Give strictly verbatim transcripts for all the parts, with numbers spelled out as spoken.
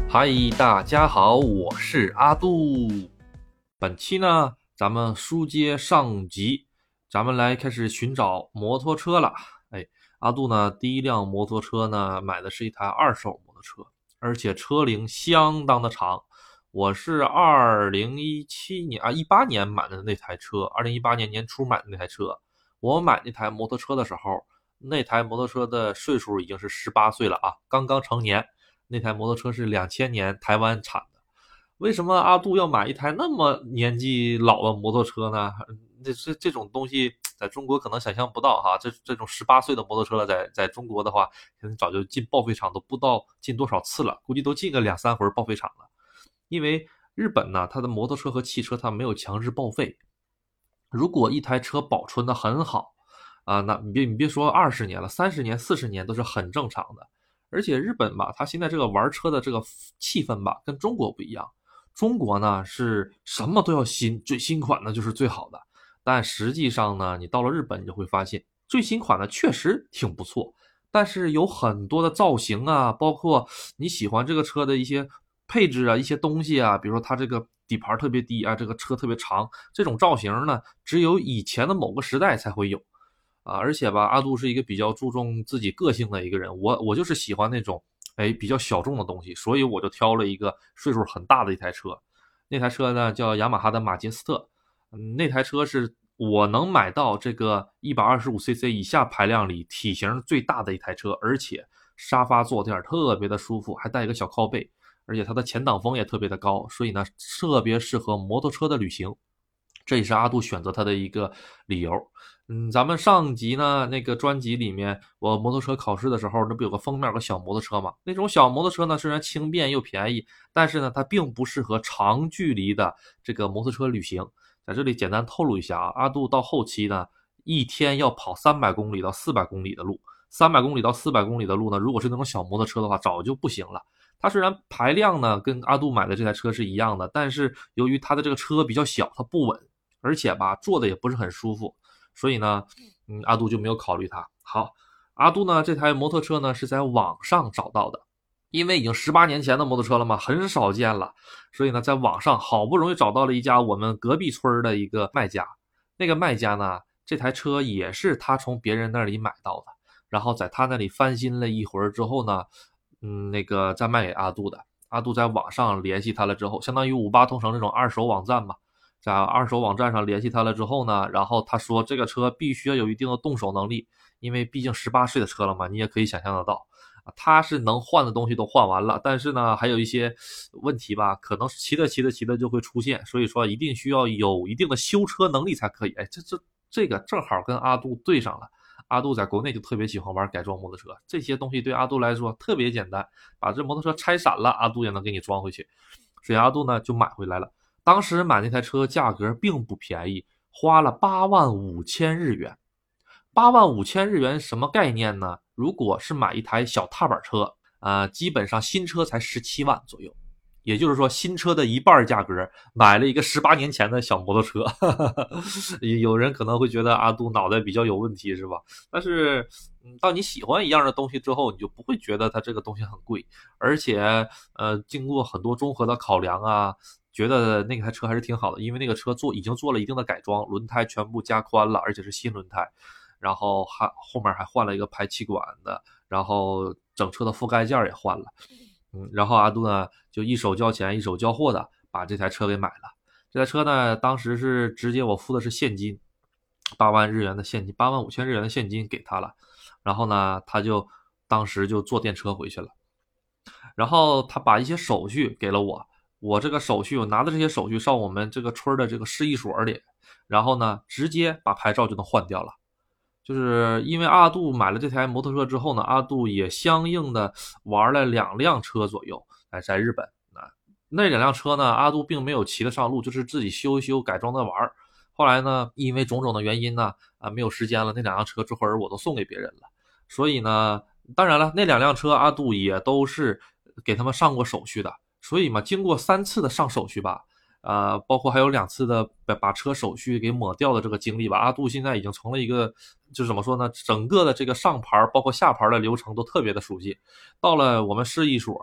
嗨，大家好，我是阿杜。本期呢，咱们书接上集，咱们来开始寻找摩托车了。哎，阿杜呢，第一辆摩托车呢，买的是一台二手摩托车，而且车龄相当的长。我是二零一七年啊，一八年买的那台车，二零一八年年初买的那台车。我买那台摩托车的时候，那台摩托车的岁数已经是十八岁了啊，刚刚成年。那台摩托车是两千年台湾产的。为什么阿杜要买一台那么年纪老的摩托车呢？这这这种东西在中国可能想象不到哈，这这种十八岁的摩托车在在中国的话，可能早就进报废厂都不知道进多少次了，估计都进个两三回报废厂了。因为日本呢，它的摩托车和汽车它没有强制报废。如果一台车保存的很好啊，那你别你别说二十年了，三十年、四十年都是很正常的。而且日本吧，它现在这个玩车的这个气氛吧，跟中国不一样。中国呢是什么都要新，最新款的就是最好的。但实际上呢，你到了日本，你就会发现最新款的确实挺不错，但是有很多的造型啊，包括你喜欢这个车的一些配置啊，一些东西啊，比如说它这个底盘特别低啊，这个车特别长，这种造型呢，只有以前的某个时代才会有。啊，而且吧，阿杜是一个比较注重自己个性的一个人，我我就是喜欢那种哎比较小众的东西，所以我就挑了一个岁数很大的一台车。那台车呢叫雅马哈的马杰斯特，嗯，那台车是我能买到这个 一百二十五 C C 以下排量里体型最大的一台车，而且沙发坐垫特别的舒服，还带一个小靠背，而且它的前挡风也特别的高，所以呢特别适合摩托车的旅行。这也是阿杜选择它的一个理由。嗯，咱们上集呢那个专辑里面，我摩托车考试的时候，那不有个封面有个小摩托车嘛？那种小摩托车呢，虽然轻便又便宜，但是呢，它并不适合长距离的这个摩托车旅行。在这里简单透露一下啊，阿杜到后期呢，一天要跑三百公里到四百公里的路，三百公里到四百公里的路呢，如果是那种小摩托车的话，早就不行了。它虽然排量呢跟阿杜买的这台车是一样的，但是由于它的这个车比较小，它不稳，而且吧坐的也不是很舒服。所以呢，嗯，阿杜就没有考虑它。好，阿杜呢这台摩托车呢是在网上找到的，因为已经十八年前的摩托车了嘛，很少见了，所以呢在网上好不容易找到了一家我们隔壁村的一个卖家。那个卖家呢，这台车也是他从别人那里买到的，然后在他那里翻新了一会儿之后呢，嗯，那个再卖给阿杜的。阿杜在网上联系他了之后，相当于五八同城这种二手网站嘛。在二手网站上联系他了之后呢，然后他说这个车必须要有一定的动手能力，因为毕竟十八岁的车了嘛，你也可以想象得到，他是能换的东西都换完了，但是呢还有一些问题吧，可能骑着骑着骑着就会出现，所以说一定需要有一定的修车能力才可以。哎，这这这个正好跟阿杜对上了。阿杜在国内就特别喜欢玩改装摩托车，这些东西对阿杜来说特别简单，把这摩托车拆散了，阿杜也能给你装回去，所以阿杜呢就买回来了。当时买那台车价格并不便宜，花了八万五千日元。八万五千日元什么概念呢？如果是买一台小踏板车，呃，基本上新车才十七万左右。也就是说，新车的一半价格买了一个十八年前的小摩托车。有人可能会觉得阿杜脑袋比较有问题，是吧？但是，嗯，当你喜欢一样的东西之后，你就不会觉得它这个东西很贵，而且，呃，经过很多综合的考量啊。觉得那台车还是挺好的，因为那个车做已经做了一定的改装，轮胎全部加宽了，而且是新轮胎，然后还后面还换了一个排气管的，然后整车的覆盖件也换了。嗯，然后阿杜呢就一手交钱一手交货的把这台车给买了。这台车呢当时是直接我付的是现金，八万日元的现金，八万五千日元的现金给他了，然后呢他就当时就坐电车回去了，然后他把一些手续给了我。我这个手续，我拿的这些手续上我们这个村的这个市役所里，然后呢，直接把牌照就能换掉了。就是因为阿杜买了这台摩托车之后呢，阿杜也相应的玩了两辆车左右，哎，在日本啊，那两辆车呢，阿杜并没有骑得上路，就是自己修一修改装的玩。后来呢，因为种种的原因呢，啊，没有时间了，那两辆车这会儿我都送给别人了。所以呢，当然了，那两辆车阿杜也都是给他们上过手续的。所以嘛，经过三次的上手续吧，呃，包括还有两次的把把车手续给抹掉的这个经历吧，阿杜现在已经成了一个，就是怎么说呢，整个的这个上牌包括下牌的流程都特别的熟悉。到了我们市役所，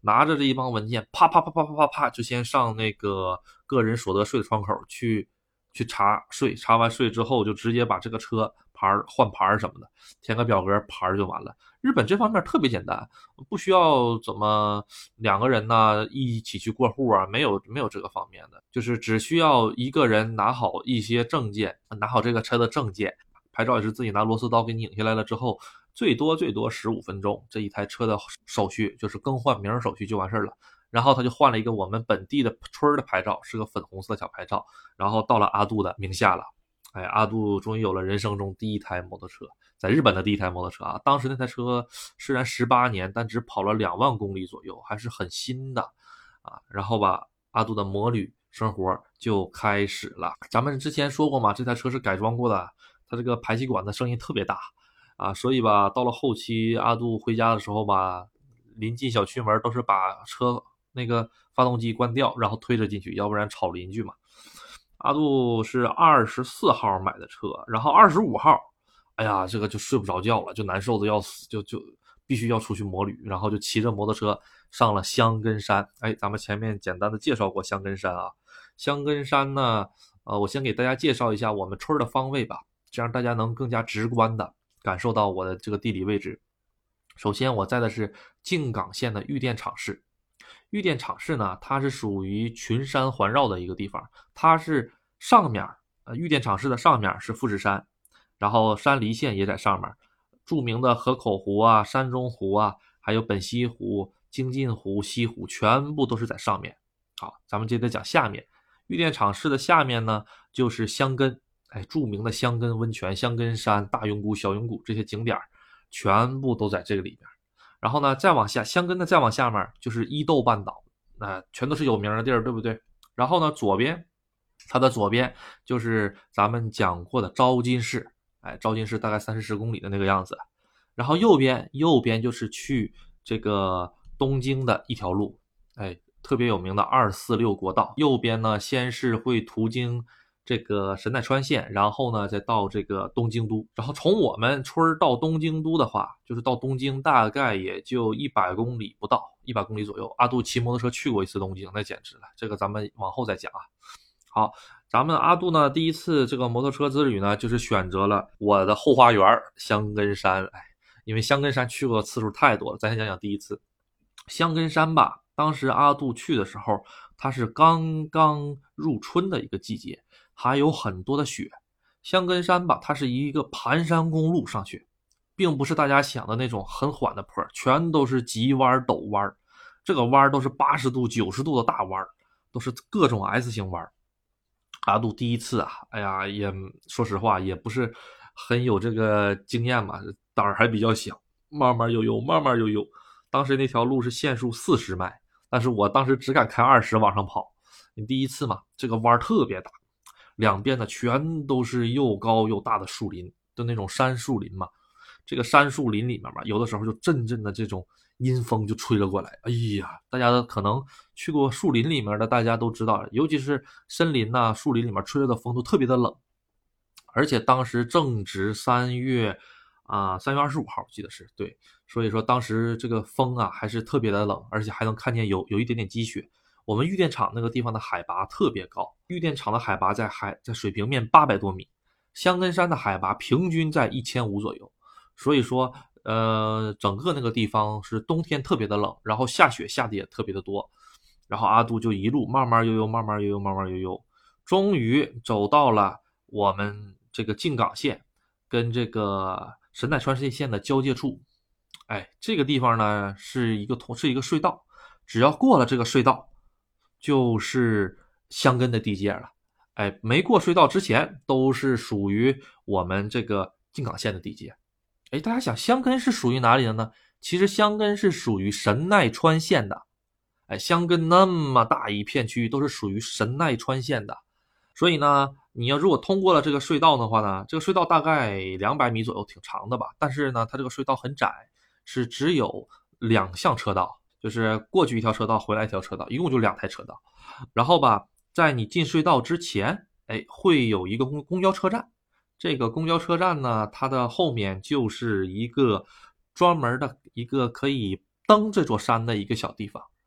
拿着这一帮文件，啪啪啪啪啪啪啪，就先上那个个人所得税的窗口去去查税，查完税之后就直接把这个车牌换牌什么的，填个表格牌就完了。日本这方面特别简单，不需要怎么两个人呢一起去过户啊，没有没有这个方面的，就是只需要一个人拿好一些证件，拿好这个车的证件，牌照也是自己拿螺丝刀给拧下来了之后，最多最多十五分钟，这一台车的手续就是更换名手续就完事了。然后他就换了一个我们本地的村的牌照，是个粉红色小牌照，然后到了阿杜的名下了。哎，阿杜终于有了人生中第一台摩托车，在日本的第一台摩托车啊。当时那台车虽然十八年，但只跑了两万公里左右，还是很新的啊。然后吧，阿杜的摩旅生活就开始了。咱们之前说过嘛，这台车是改装过的，它这个排气管的声音特别大啊，所以吧，到了后期阿杜回家的时候吧，临进小区门都是把车那个发动机关掉，然后推着进去，要不然吵邻居嘛。阿杜是二十四号买的车，然后二十五号，哎呀，这个就睡不着觉了，就难受的要死，就就必须要出去摩旅，然后就骑着摩托车上了香根山。哎，咱们前面简单的介绍过香根山啊，香根山呢，呃，我先给大家介绍一下我们村的方位吧，这样大家能更加直观的感受到我的这个地理位置。首先我在的是静冈县的玉电场市。玉电场市呢，它是属于群山环绕的一个地方，它是上面呃，玉电场市的上面是富士山，然后山梨县也在上面，著名的河口湖啊、山中湖啊，还有本溪湖、京津湖、西湖，全部都是在上面。好，咱们接着讲下面，玉电场市的下面呢，就是箱根，哎，著名的箱根温泉、箱根山、大云谷、小云谷这些景点，全部都在这个里面。然后呢，再往下，箱根的再往下面就是伊豆半岛，那、呃、全都是有名的地儿，对不对？然后呢，左边，它的左边就是咱们讲过的招金市，哎，招金市大概三四十公里的那个样子。然后右边，右边就是去这个东京的一条路，哎，特别有名的二四六国道。右边呢，先是会途经这个神奈川县，然后呢再到这个东京都。然后从我们村到东京都的话，就是到东京大概也就一百公里不到，一百公里左右。阿杜骑摩托车去过一次东京，那简直了，这个咱们往后再讲啊。好，咱们阿杜呢第一次这个摩托车之旅呢，就是选择了我的后花园香根山。哎，因为香根山去过的次数太多了，咱先讲讲第一次香根山吧。当时阿杜去的时候，它是刚刚入春的一个季节，还有很多的雪。香根山吧，它是一个盘山公路上去，并不是大家想的那种很缓的坡，全都是急弯陡弯，这个弯都是八十度九十度的大弯，都是各种 S 型弯。阿杜第一次啊，哎呀，也说实话也不是很有这个经验吧，胆儿还比较小，慢慢悠悠慢慢悠悠。当时那条路是限速四十迈，但是我当时只敢开二十往上跑。你第一次嘛，这个弯特别大，两边的全都是又高又大的树林，就那种杉树林嘛。这个杉树林里面嘛，有的时候就阵阵的这种阴风就吹了过来。哎呀，大家可能去过树林里面的，大家都知道，尤其是森林呐、啊、树林里面吹来的风都特别的冷。而且当时正值三月啊，三月二十五号，我记得是对，所以说当时这个风啊还是特别的冷，而且还能看见有有一点点积雪。我们玉电场那个地方的海拔特别高，玉电场的海拔在海在水平面八百多米，香根山的海拔平均在一千五左右，所以说呃整个那个地方是冬天特别的冷，然后下雪下的也特别的多。然后阿杜就一路慢慢悠悠慢慢悠悠慢慢悠悠，终于走到了我们这个静冈县跟这个神奈川县的交界处。哎，这个地方呢是一个同是一个隧道，只要过了这个隧道就是香根的地界了。哎，没过隧道之前都是属于我们这个静冈县的地界。哎，大家想香根是属于哪里的呢？其实香根是属于神奈川县的。哎，香根那么大一片区域都是属于神奈川县的，所以呢，你要如果通过了这个隧道的话呢，这个隧道大概两百米左右，挺长的吧。但是呢，它这个隧道很窄，是只有两项车道，就是过去一条车道，回来一条车道，一共就两台车道。然后吧，在你进隧道之前，哎，会有一个公公交车站。这个公交车站呢，它的后面就是一个专门的一个可以登这座山的一个小地方。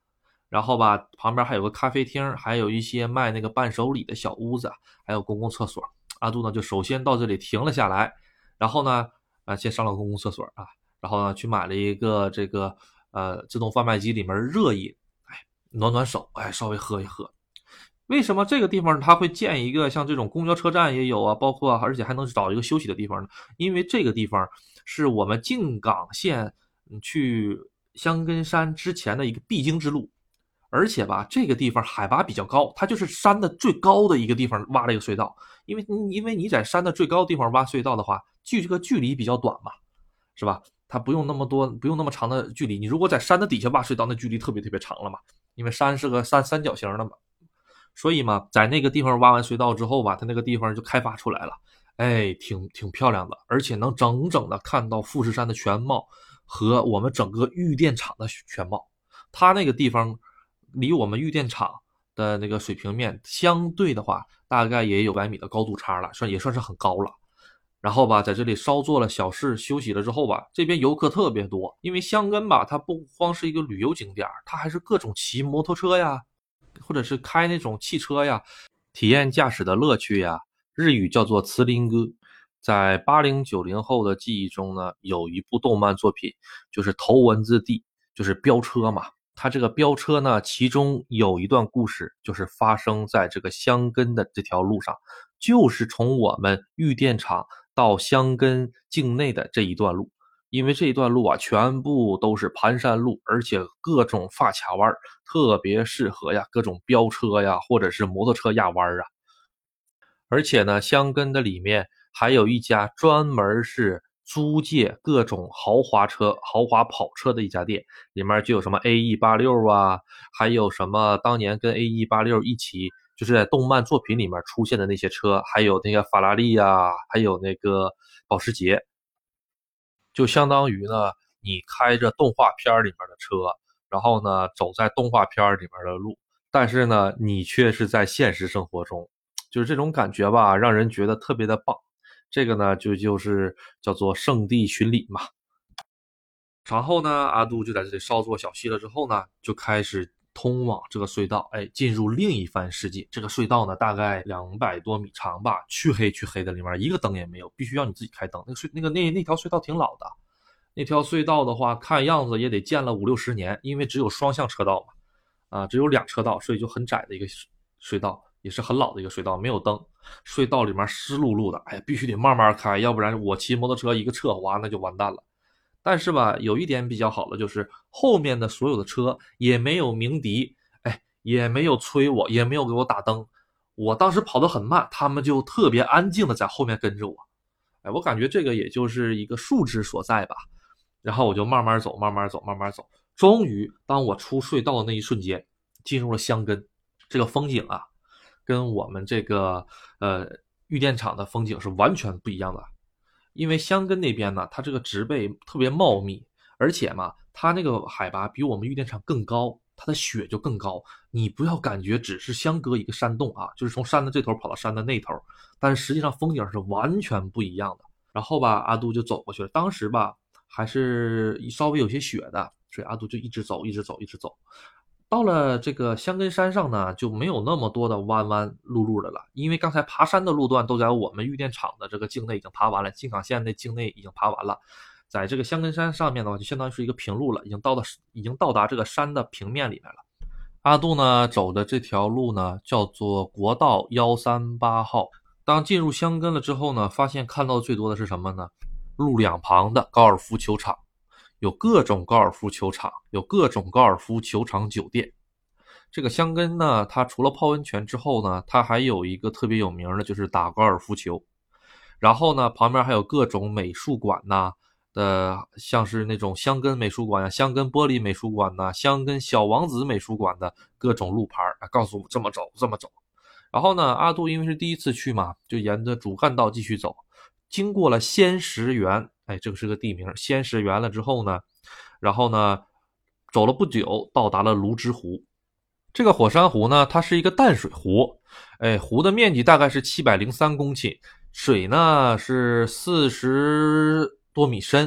然后吧，旁边还有个咖啡厅，还有一些卖那个伴手礼的小屋子，还有公共厕所。阿杜呢就首先到这里停了下来，然后呢，啊，先上了公共厕所啊，然后呢去买了一个这个呃自动贩卖机里面热饮，哎，暖暖手，哎，稍微喝一喝。为什么这个地方它会建一个像这种公交车站也有啊，包括而且还能找一个休息的地方呢？因为这个地方是我们静冈县去箱根山之前的一个必经之路。而且吧，这个地方海拔比较高，它就是山的最高的一个地方挖了一个隧道。因为因为你在山的最高地方挖隧道的话，距这个距离比较短嘛，是吧？它不用那么多，不用那么长的距离。你如果在山的底下挖隧道，那距离特别特别长了嘛，因为山是个三三角形的嘛。所以嘛，在那个地方挖完隧道之后吧，它那个地方就开发出来了，哎，挺挺漂亮的，而且能整整的看到富士山的全貌和我们整个玉电厂的全貌。它那个地方离我们玉电厂的那个水平面相对的话，大概也有百米的高度差了，算也算是很高了。然后吧，在这里稍作了小事休息了之后吧，这边游客特别多，因为箱根吧，它不光是一个旅游景点，它还是各种骑摩托车呀，或者是开那种汽车呀，体验驾驶的乐趣呀。日语叫做茨林哥。在八零九零后的记忆中呢，有一部动漫作品就是头文字 D， 就是飙车嘛。它这个飙车呢，其中有一段故事就是发生在这个箱根的这条路上，就是从我们玉电厂到箱根境内的这一段路。因为这一段路啊，全部都是盘山路，而且各种发卡弯，特别适合呀各种飙车呀，或者是摩托车压弯啊。而且呢，箱根的里面还有一家专门是租借各种豪华车、豪华跑车的一家店，里面就有什么 A E 八六 啊，还有什么当年跟 A E 八六 一起就是在动漫作品里面出现的那些车，还有那个法拉利啊，还有那个保时捷。就相当于呢，你开着动画片里面的车，然后呢走在动画片里面的路，但是呢你却是在现实生活中，就是这种感觉吧，让人觉得特别的棒。这个呢就就是叫做圣地巡礼嘛。然后呢，阿杜就在这里稍作小息了之后呢，就开始通往这个隧道，哎，进入另一番世界。这个隧道呢，大概两百多米长吧，黢黑黢黑的，里面一个灯也没有，必须要你自己开灯。那个隧那个那那条隧道挺老的，那条隧道的话，看样子也得建了五六十年，因为只有双向车道嘛，啊，只有两车道，所以就很窄的一个隧道，也是很老的一个隧道，没有灯。隧道里面湿漉漉的，哎，必须得慢慢开，要不然我骑摩托车一个侧滑那就完蛋了。但是吧，有一点比较好的就是后面的所有的车也没有鸣笛，哎，也没有催我，也没有给我打灯。我当时跑得很慢，他们就特别安静的在后面跟着我。哎，我感觉这个也就是一个素质所在吧。然后我就慢慢走，慢慢走，慢慢走。终于，当我出隧道的那一瞬间，进入了箱根。这个风景啊，跟我们这个呃玉电厂的风景是完全不一样的。因为箱根那边呢，它这个植被特别茂密，而且嘛，它那个海拔比我们玉电厂更高，它的雪就更高。你不要感觉只是相隔一个山洞啊，就是从山的这头跑到山的那头，但是实际上风景是完全不一样的。然后吧，阿杜就走过去了。当时吧，还是稍微有些雪的，所以阿杜就一直走，一直走，一直走。到了这个箱根山上呢，就没有那么多的弯弯路路的了，因为刚才爬山的路段都在我们玉电厂的这个境内已经爬完了，静冈县的境内已经爬完了。在这个箱根山上面的话，就相当于是一个平路了，已经到了，已经到达这个山的平面里面了。阿杜呢走的这条路呢叫做国道一三八号。当进入箱根了之后呢，发现看到最多的是什么呢？路两旁的高尔夫球场。有各种高尔夫球场，有各种高尔夫球场酒店。这个箱根呢，它除了泡温泉之后呢，它还有一个特别有名的，就是打高尔夫球。然后呢，旁边还有各种美术馆呐的，像是那种箱根美术馆呀、箱根玻璃美术馆呐、箱根小王子美术馆的各种路牌啊，告诉我这么走，这么走。然后呢，阿杜因为是第一次去嘛，就沿着主干道继续走，经过了仙石园。哎，这个是个地名，仙石园了之后呢，然后呢，走了不久，到达了泸之湖。这个火山湖呢，它是一个淡水湖，哎，湖的面积大概是七百零三公顷，水呢是四十多米深，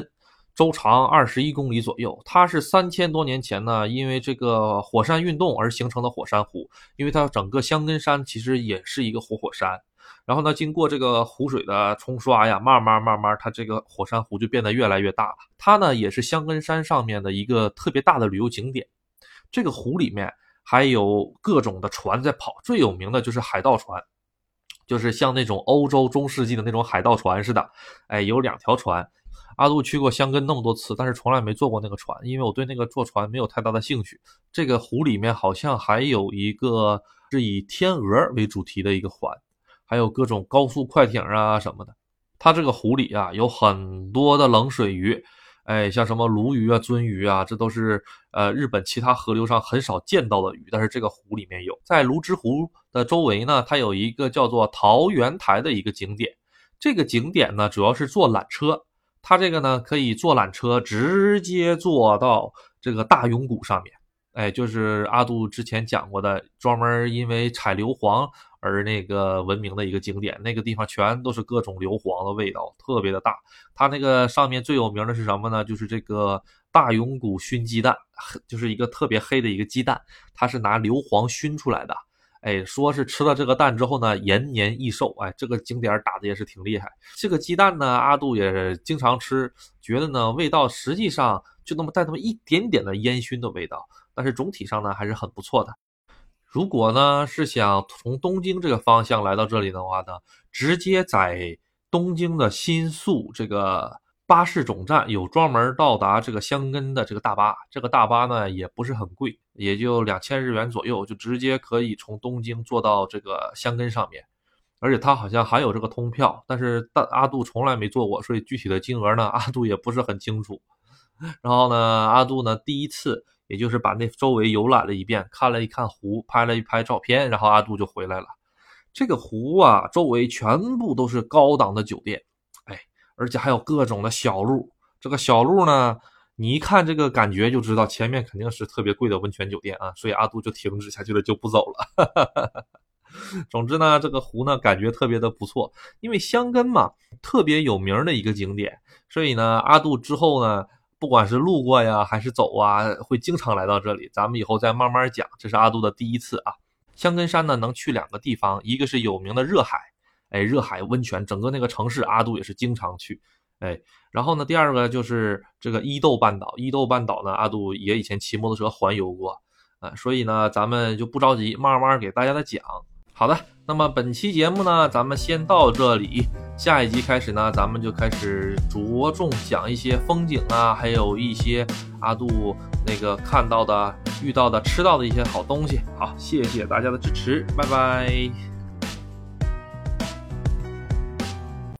周长二十一公里左右。它是三千多年前呢，因为这个火山运动而形成的火山湖，因为它整个箱根山其实也是一个活火山。然后呢，经过这个湖水的冲刷呀，慢慢慢慢，它这个火山湖就变得越来越大了。它呢，也是箱根山上面的一个特别大的旅游景点。这个湖里面还有各种的船在跑，最有名的就是海盗船，就是像那种欧洲中世纪的那种海盗船似的。哎，有两条船。阿杜去过箱根那么多次，但是从来没坐过那个船，因为我对那个坐船没有太大的兴趣。这个湖里面好像还有一个是以天鹅为主题的一个环，还有各种高速快艇啊什么的。它这个湖里啊有很多的冷水鱼，哎，像什么鲈鱼啊、鳟鱼啊，这都是呃日本其他河流上很少见到的鱼，但是这个湖里面有。在泸沽湖的周围呢，它有一个叫做桃源台的一个景点。这个景点呢主要是坐缆车，它这个呢可以坐缆车直接坐到这个大永谷上面。哎，就是阿杜之前讲过的，专门因为采硫磺而那个闻名的一个景点。那个地方全都是各种硫磺的味道，特别的大。它那个上面最有名的是什么呢？就是这个大永谷熏鸡蛋，就是一个特别黑的一个鸡蛋，它是拿硫磺熏出来的。哎，说是吃了这个蛋之后呢，延年益寿。哎，这个景点打的也是挺厉害。这个鸡蛋呢，阿杜也经常吃，觉得呢味道实际上就那么带那么一点点的烟熏的味道，但是总体上呢还是很不错的。如果呢是想从东京这个方向来到这里的话呢，直接在东京的新宿这个巴士总站有专门到达这个箱根的这个大巴。这个大巴呢也不是很贵，也就两千日元左右，就直接可以从东京坐到这个箱根上面。而且它好像还有这个通票，但是阿杜从来没坐过，所以具体的金额呢阿杜也不是很清楚。然后呢阿杜呢第一次也就是把那周围游览了一遍，看了一看湖，拍了一拍照片，然后阿杜就回来了。这个湖啊周围全部都是高档的酒店，哎，而且还有各种的小路。这个小路呢你一看这个感觉就知道前面肯定是特别贵的温泉酒店啊，所以阿杜就停止下去了，就不走了。总之呢这个湖呢感觉特别的不错，因为箱根嘛特别有名的一个景点，所以呢阿杜之后呢不管是路过呀还是走啊，会经常来到这里。咱们以后再慢慢讲，这是阿杜的第一次啊。箱根山呢能去两个地方，一个是有名的热海，哎，热海温泉，整个那个城市阿杜也是经常去。哎，然后呢第二个就是这个伊豆半岛，伊豆半岛呢阿杜也以前骑摩托车环游过啊，所以呢咱们就不着急，慢慢给大家的讲。好的，那么本期节目呢咱们先到这里，下一集开始呢咱们就开始着重讲一些风景啊，还有一些阿杜那个看到的遇到的吃到的一些好东西。好，谢谢大家的支持，拜拜。